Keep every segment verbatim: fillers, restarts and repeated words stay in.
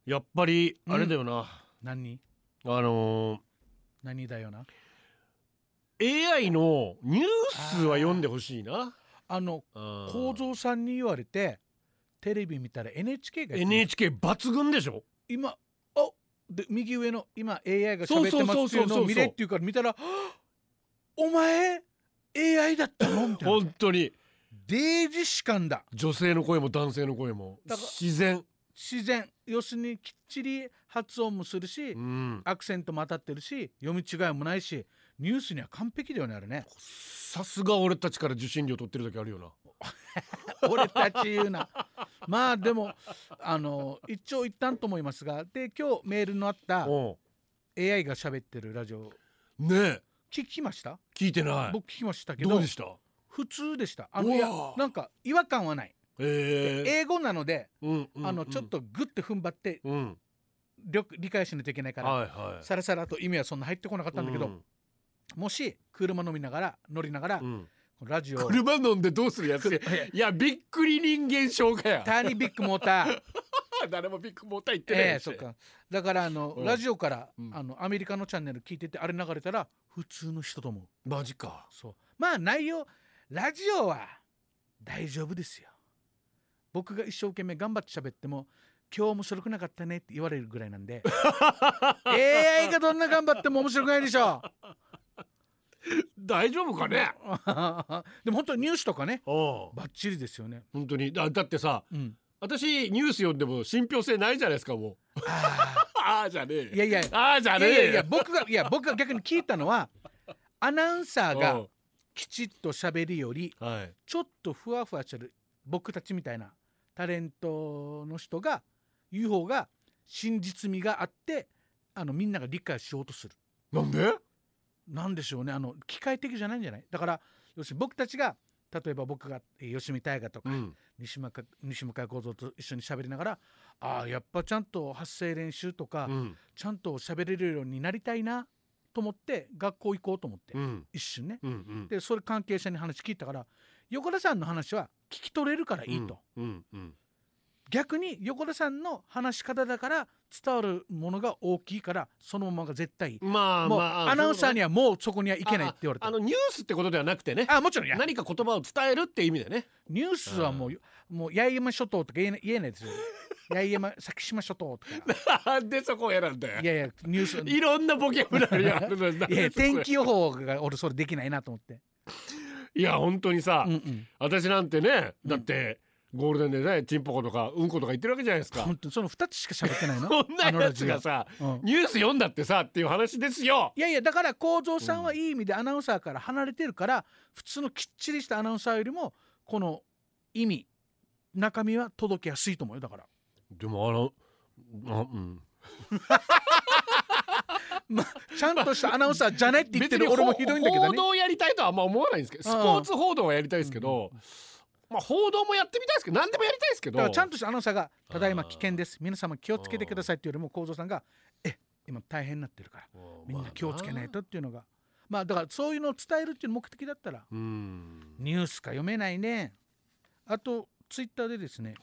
やっぱりあれだよな、うん、 何あのー、 何だよなエーアイ のニュースは読んでほしいな。 あの構造さんに言われてテレビ見たら エヌエイチケー がエヌエイチケー 抜群でしょ今。あで右上の今 エーアイ が喋ってますっていうのを見れっていうから見たら、お前 エーアイ だったのみたいな。 本当にデージ士官だ。 女性の声も男性の声も自然自然、要するにきっちり発音もするし、うん、アクセントも当たってるし読み違いもないしニュースには完璧だよねあれね。 さすが俺たちから受信料取ってるだけあるよな俺たち言うなまあでもあの一長一短と思いますが、で今日メールのあった エーアイ が喋ってるラジオねえ聞きました？ 聞いてない。 僕聞きましたけどどうでした？ 普通でした。あのいやなんか違和感はない。 えー、 英語なので、 うんうんうん、 あのちょっとグッて踏ん張って、うん、理解しないといけないから、 はいはい、 さらさらと意味はそんな入ってこなかったんだけど、うん、もし車飲みながら乗りながら、うん、ラジオ車飲んでどうするやついやびっくり人間障害やターニビッグモーター誰もビッグモーター言ってない、 えー、そっか。だからあの、うん、ラジオから、うん、あのアメリカのチャンネル聞いててあれ流れたら普通の人と思う。 マジか。 そうまあ内容ラジオは大丈夫ですよ。僕が一生懸命頑張って喋っても今日面白くなかったねって言われるぐらいなんでエーアイ がどんな頑張っても面白くないでしょ大丈夫かねでも本当にニュースとかねバッチリですよね本当に。 だ, だってさ、うん、私ニュース読んでも信憑性ないじゃないですか。もうああじゃねえいやいやああじゃねえいやいや僕がいや僕が逆に聞いたのはアナウンサーがきちっと喋るより、はい、ちょっとふわふわしてる僕たちみたいなタレントの人が言う方が真実味があってあのみんなが理解しようとする。 なんでなんでしょうね。あの機械的じゃないんじゃない。だから要するに僕たちが例えば僕が吉見大河とか、うん、西向西向井幸三と一緒に喋りながらああやっぱちゃんと発声練習とか、うん、ちゃんと喋れるようになりたいなと思って学校行こうと思って、うん、一瞬ね、うんうん、でそれ関係者に話聞いたから横田さんの話は聞き取れるからいいと、うんうんうん、逆に横田さんの話し方だから伝わるものが大きいからそのままが絶対、 まあもうまあ、 アナウンサーにはもうそこにはいけないって言われて、 あのニュースってことではなくてね、 あもちろんや何か言葉を伝えるって意味でね。 ニュースはもうもう八重山諸島とか言えない、言えないですよ八重山先島諸島とかなんでそこを選んだよ。 いやいやニュースいろんなボキャブラリーあるのにいや天気予報が俺それできないなと思って。 いや本当にさ、うんうん、私なんてねだって、うん、ゴールデンでねチンポコとかうんことか言ってるわけじゃないですか。 本当にそのふたつしか喋ってないのそんなやつがさ、うん、ニュース読んだってさっていう話ですよ。 いやいやだから幸三さんはいい意味でアナウンサーから離れてるから、うん、普通のきっちりしたアナウンサーよりもこの意味中身は届けやすいと思うよ。だからでもあのあうんまあ、ちゃんとしたアナウンサーじゃないって言ってる俺もひどいんだけどね。 報道やりたいとはあんま思わないんですけど、スポーツ報道はやりたいですけど、うんまあ、報道もやってみたいですけど何でもやりたいですけど、 だからちゃんとしたアナウンサーがただいま危険です皆様気をつけてくださいっていうよりも幸三さんがえ今大変になってるからみんな気をつけないとっていうのがまあだからそういうのを伝えるっていう目的だったらうんニュースか読めないね。あとツイッターでですね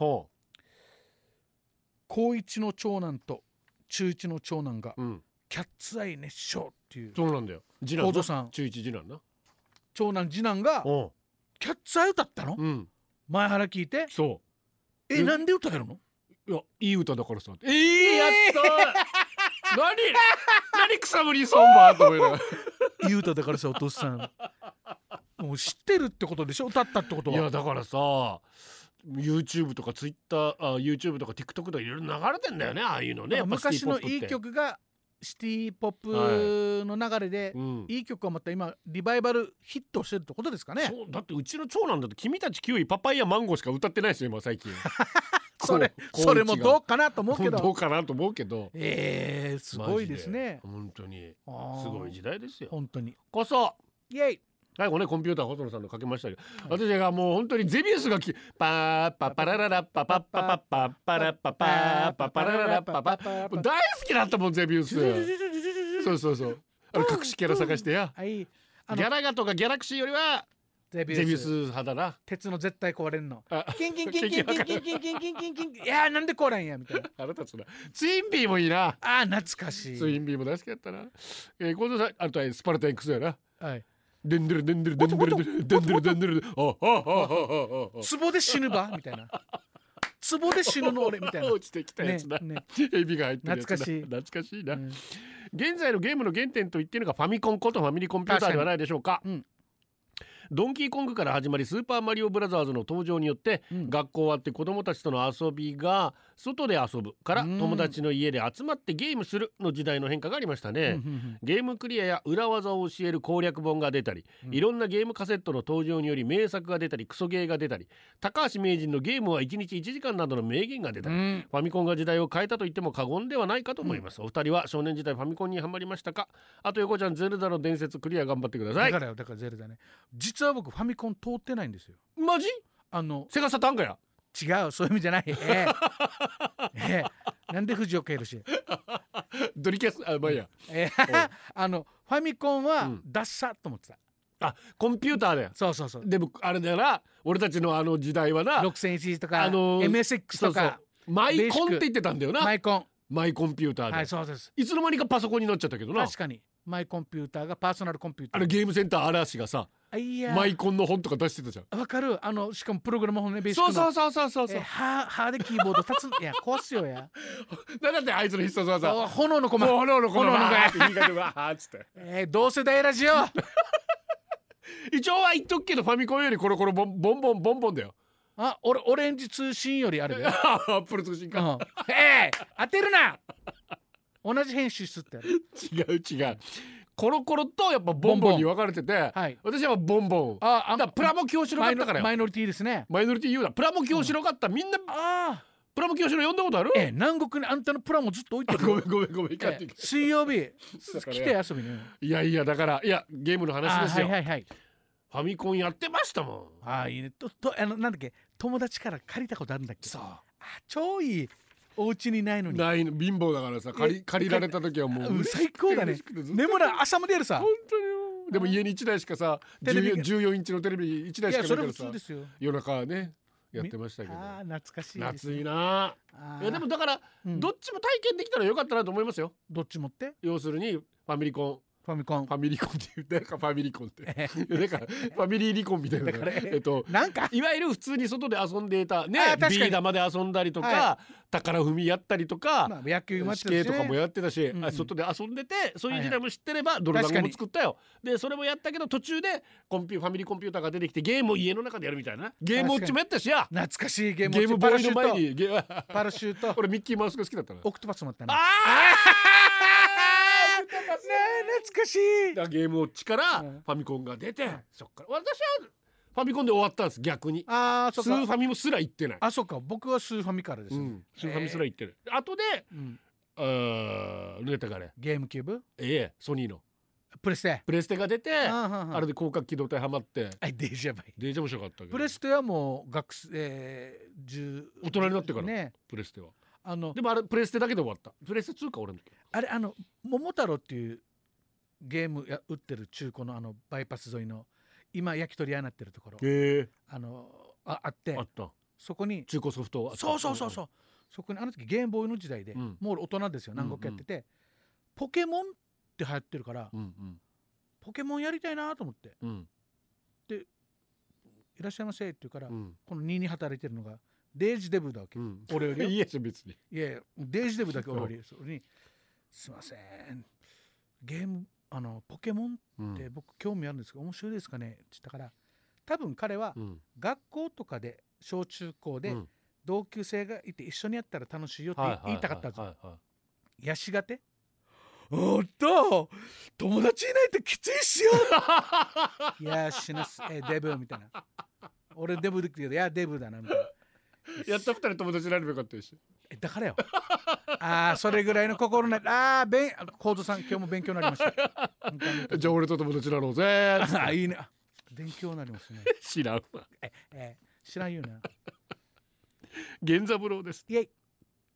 高一の長男と中一の長男が、うんキャッツアイ熱唱っていう。 そうなんだよ。次男なさん中一次男な長男次男がキャッツアイ歌ったの、うん、前原聞いてそうえなんで歌えるの。 いやいい歌だからさえー、えー、やった何何草むりソンバーと思いながらいい歌だからさお父さんもう知ってるってことでしょ歌ったってことは。 いやだからさYouTube とか Twitter あ YouTube とか TikTok とかいろいろ流れてんだよねああいうのね。やっぱ昔のいい曲がシティポップの流れで、はいうん、いい曲をまた今リバイバルヒットしてるってことですかね。 そうだってうちの長男だって君たちキウイパパイヤマンゴーしか歌ってないですよ今最近それそれもどうかなと思うけどどうかなと思うけどえー、すごいですね。 本当にすごい時代ですよ本当にこそイエイ最後ねコンピューター細野さんのかけましたけど、はい、私がもう本当にゼビウスがきパーパパラララパパパパパパラパパパパラララパパ大好きだったもんゼビウスそうそうそうあの隠しキャラ探してや、はい、ギャラガとかギャラクシーよりはゼビウスゼビウス派だな。 鉄の絶対壊れんのあキンキンキンキンキンキンキンキンキンキンキンキンいやーなんで壊れんやみたいなあなたそれツインビーもいいな。 あー懐かしいツインビーも大好きだったな。えー、近藤さんあとはスパルタ X やな。 はいデンデルデンデルデンデルデンデルデンデルデンデルあああああツボで死ぬばみたいなツボで死ぬの俺みたいな落ちてきたやつだ、 ねねエビが入ってるやつだ。 懐かしい懐かしいな、 うん現在のゲームの原点と言っているのがファミコンことファミリーコンピューターではないでしょうか。 確かにうんドンキーコングから始まりスーパーマリオブラザーズの登場によって、 うん学校終わって子どもたちとの遊びが外で遊ぶからうん友達の家で集まってゲームするの時代の変化がありましたね、 うんうんうんゲームクリアや裏技を教える攻略本が出たり、 うんいろんなゲームカセットの登場により名作が出たりクソゲーが出たり高橋名人のゲームはいちにちいちじかんなどの名言が出たり、 うんファミコンが時代を変えたと言っても過言ではないかと思います、お二人は少年時代ファミコンにハマりましたか。あと横ちゃんゼルダの伝説クリア頑張ってください。 だからよだからゼルダね実は僕ファミコン通ってないんですよマジあのセガサターンかや。 違うそういう意味じゃないええええなんで藤岡弘ドリキャスあまあいいやええあのファミコンはうんダッサと思ってたあコンピューターだよ。 そうそうそうでもあれだよな俺たちのあの時代はなろくせんいちとか、 あのーエムエスエックス とかそうそうマイコンって言ってたんだよなマイコンマイコンピューターで、 はいそうですいつの間にかパソコンになっちゃったけどな。 確かにマイコンピューターがパーソナルコンピューターあのゲームセンター嵐がさあいやマイコンの本とか出してたじゃん。 わかるあのしかもプログラム本ねベーシックのそうそうそうそうそうそう、 えははでキーボード立ついや壊すよやだってあいつの必殺技あ炎のコマもう炎の粉炎の粉がーって言い方がーっつってえー、同世代ラジオ一応は言っとくけどファミコンよりコロコロボンボンボンボンボンだよ。 あ俺オレンジ通信よりあるよ、 アップル通信か、 うん、えー、当てるな同じ編集すってやる違う違うコロコロとやっぱボンボンに分かれてて、 はい私はボンボンああだからプラモ教師のかったからよ。 マイノリティですねマイノリティ言うな。プラモ教師のかったみんなああプラモ教師の読んだことある。 えー、南国にあんたのプラもずっと置いてるごめんごめんごめん行かんえといけー水曜日だから来て遊びにいやいやだからいやゲームの話あですよ、 はいはいはいファミコンやってましたもん。 あいいねととあのなんだっけ友達から借りたことあるんだっけさあ超いいお家にないのにないの貧乏だからさ借えり借りられた時はもううん嬉しくて最高だね嬉しくてずっと眠ら朝までやるさ本当によでも家にいちだいしかさテレビじゅうよんインチのテレビいちだいしかいやそれないからさ普通ですよ夜中ねやってましたけどあー懐かしいです夏いなあーいやでもだからうんどっちも体験できたらよかったなと思いますよ。 どっち持って要するにファミリコンファミコンファミリコンっていうなんかファミリコンってえなんかファミリーリコンみたいなだからえっとなんかいわゆる普通に外で遊んでいたねあー確かにビー玉で遊んだりとか、 は宝踏みやったりとか、 まあ野球もやっ死てるし、ね、 刑とかもやってたし、 うんうんあ外で遊んでてそういう時代も知ってればドル団子も作ったよ。でそれもやったけど途中でコンピュファミリーコンピューターが出てきてゲームを家の中でやるみたいなゲームウォッチもやったしや懐かしいゲームゲームボーイの前パラシューにゲートパラシュート俺ミッキーマウスが好きだったの。 オクトパスもあったなあねえ懐かしいーゲームウォッチからうんファミコンが出て、そっから私はファミコンで終わったんです逆に。 あーそっかスーファミもすら行ってない。 あそっか僕はスーファミからですよ、 うん、スーファミすら行ってる。あとでうんあー出たかねゲームキューブええソニーのプレステプレステが出てああれで広角機動隊ハマってあデージやばいデージ面白かったけどプレステはもう学生、えー、じゅう大人になってからねプレステはあのでもあれプレステだけで終わった。プレステツーか俺の時。 あれあの桃太郎っていうゲームや売ってる中古のあのバイパス沿いの今焼き鳥屋になってるところへえあのああってあったそこに中古ソフトあった。 そうそうそうそうそこにあの時ゲームボーイの時代で、 うんもう俺大人ですよ何国やってて、ポケモンって流行ってるから、 うんうんポケモンやりたいなと思ってうんいらっしゃいませって言うから、 うんこのにに働いてるのがデイジデブだわけ、 うん俺よりよいいやし別にいやいやデイジデブだけ俺よりそれにすいませんゲームあのポケモンうんって僕興味あるんですけど面白いですかねって言ったから多分彼はうん学校とかで小中高でうん同級生がいて一緒にやったら楽しいよってはい言いたかったんですよ。 はいはいヤシガテおっと友達いないときついっすよいや死ぬっすえデブみたいな俺デブできてるけどいやデブだなみたいなやった二人友達になればよかったし。 えだからよああそれぐらいの心ねああべんコウゾさん今日も勉強になりました本当にじゃあ俺と友達なろうぜーっつってあいいね勉強になりますね知らんわ。 ええ知らんよな源三郎です。 イエイ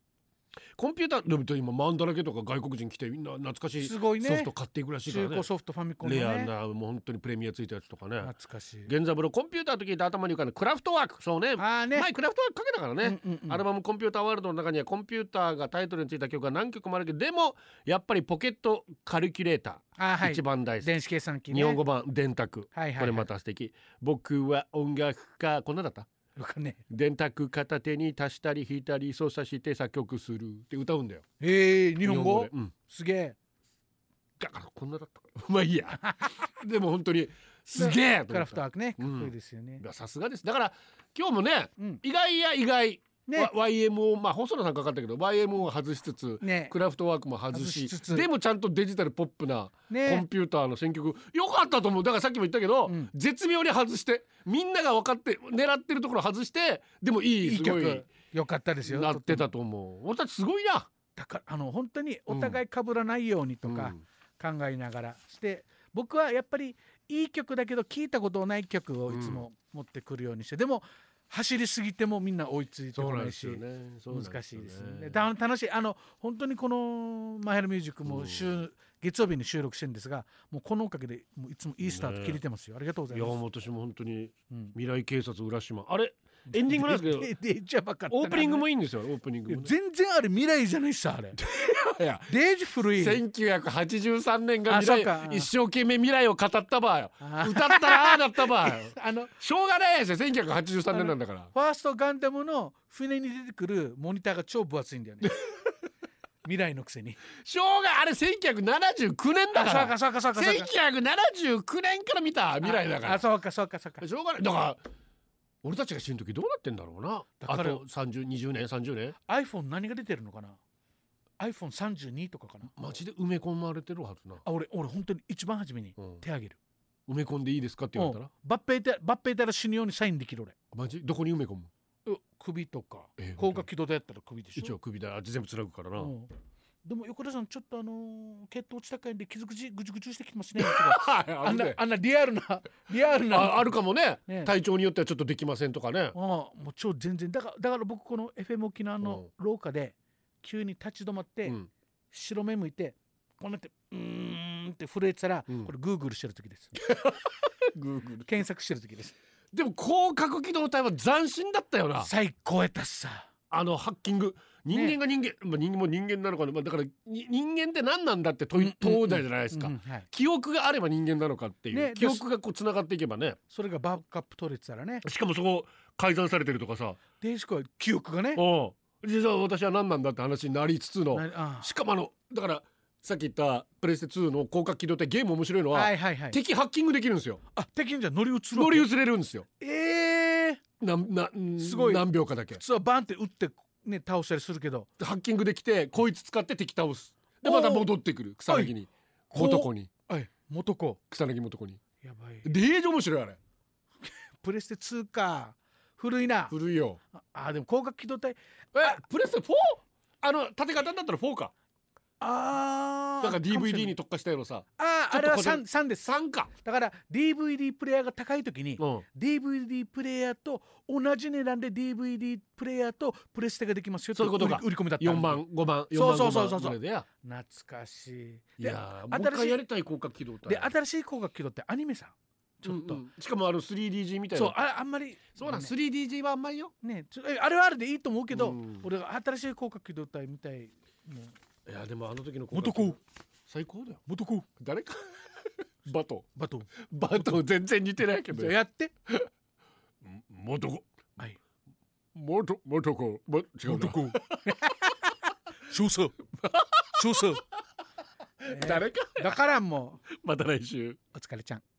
コンピューターでも今マンだらけとか外国人来てみんな懐かしいすごいねソフト買っていくらしいからね。 中古ソフトファミコンのねレアなもう本当にプレミアついたやつとかね。 懐かしい。 源三郎コンピューターと聞いて頭に浮かんだクラフトワーク。そうね、 あーね前クラフトワークかけたからね、 うんうんうんアルバムコンピューターワールドの中にはコンピューターがタイトルについた曲が何曲もあるけど、でもやっぱりポケットカルキュレーター、 あー、はい、 一番大好き。 電子計算機ね。 日本語版電卓、 はいはいはい、 これまた素敵。僕は音楽家、こんなだった。 よくね、 電卓片手に足したり引いたり操作して作曲するって歌うんだよ。 えー、日本語で、うん、 すげえ。 だからこんなだったからまあいいやでも本当にすげえとクラ思った。 フトワークね、かっこいいですよね。 いやさすがです。だから今日もね、 うん意外や意外、 ねわ ワイエムオー、まあ細野さんかかったけど ワイエムオー を外しつつ、 ねクラフトワークも外し外しつつでもちゃんとデジタルポップなねコンピューターの選曲良かったと思う。だからさっきも言ったけど、 うん絶妙に外してみんなが分かって狙ってるところ外してでもいいいいすごい曲よかったですよ。 なってたと思う。俺たちすごいな。 だからあの本当にお互い被らないようにとかうん考えながらして、僕はやっぱりいい曲だけど聞いたことない曲をいつも持ってくるようにして、でも走りすぎてもみんな追いついてそうこないし、 なんですよね。そうなん難しいですよね。た楽しい。あの本当にこのマイヘルミュージックも週、月曜日に収録してるんですが、もうこのおかげでもういつもいいスタート切れてますよ。ありがとうございいやます。 もう私も本当にうん未来警察浦島あれエンディングなんですけどでででじゃばっかったなオープニングもいいんですよ。オープニングもね、 全然あれ未来じゃないしさ、あれいやデージ古い。 せんきゅうひゃくはちじゅうさんねんが未来あそうか一生懸命未来を語ったばよ。 あ歌ったらああなったばよ。 あのしょうがないですよ。せんきゅうひゃくはちじゅうさんねんなんだから。 ファーストガンダムの船に出てくるモニターが超分厚いんだよね未来のくせに。 しょうがあれせんきゅうひゃくななじゅうきゅうねんだかあ、そうからそうかそうかそうか。 せんきゅうひゃくななじゅうきゅうねんから見た未来だからあ、そうかそうかそうか。 しょうがない。だから俺たちが死ぬ時どうなってんだろうな。 だからあとさんじゅう、にじゅうねんさんじゅうねん iPhone 何が出てるのかな。 アイフォンさんじゅうに とかかな。 マジで埋め込まれてるはずな。 あ、俺俺本当に一番初めにうん手あげる。 埋め込んでいいですかって言われたらうん、抜兵隊抜兵隊ら死ぬようにサインできる俺。 マジどこに埋め込む。 う首とかえー高架軌道でやったら首でしょ。 一応首だあ全部つなぐからな、 うんでも横田さんちょっとあのー血糖値高いんで傷口ぐちゅぐちゅしてきますねとかああんなるねあんなリアルなリアルなああるかもねね体調によってはちょっとできませんとかね。 ああもう超全然だからだから僕この エフエム 沖縄の廊下で急に立ち止まって、 うん白目向いてこうなってうーんって震えてたら、 うんこれグーグルしてる時です Google 検索してる時です。 でも広角機動隊は斬新だったよな。 最高やったっさ。 あのハッキング人間が人間、まあ、人間も人間なのかな、まあ、だからに人間って何なんだって問い問うだじゃないですか、 うんうんはい、 記憶があれば人間なのかっていう、 ね記憶がこうつながっていけばね。 それがバックアップ取れてたらねしかもそこ改ざんされてるとかさ、 でしか記憶がねおう実は私は何なんだって話になりつつの、 なあしかもあのだからさっき言ったプレステツーの広角機動隊ゲーム面白いのは、 はいはいはい敵ハッキングできるんですよ。 あ敵にじゃ乗り移る乗り移れるんですよ。 ええー、 ななんすごい何秒かだけ普通はバンって撃ってね倒したりするけどハッキングできてこいつ使って敵倒す。でまた戻ってくる草薙に元子にはい元子草薙元子にやばいデージ面白いあれ。 プレステツーか古いな古いよ。 ああでも広角機動隊えプレステフォーあの縦型だったらフォーか。 ああだから ディーブイディー に特化したようなさあああれはちょっとこれさん, さんですさんか。 だから ディーブイディー プレイヤーが高い時に、 うんディーブイディー プレイヤーと同じ値段で ディーブイディー プレイヤーとプレステができますよってそういうことか売り売り込みだったよんばんごばんよんばんそうそうそうそうごばんぐらいでや懐かしいいでやーもう新しい一回やりたい広角機動隊で新しい広角機動ってアニメさんちょっと、 うんうんしかもあの スリーディージー みたいなそうああんまりそうなんねスリーディージー はあんまりよ。 ねちょえあれはあれでいいと思うけど、 うん俺が新しい広角機動隊みたいもういやでもあの時の元子最高だよ。 元子誰かバトバトンバト全然似てないけどじゃあやって元子はい元元子も違うな元子少佐少佐誰かだからもまた来週。 うお疲れちゃん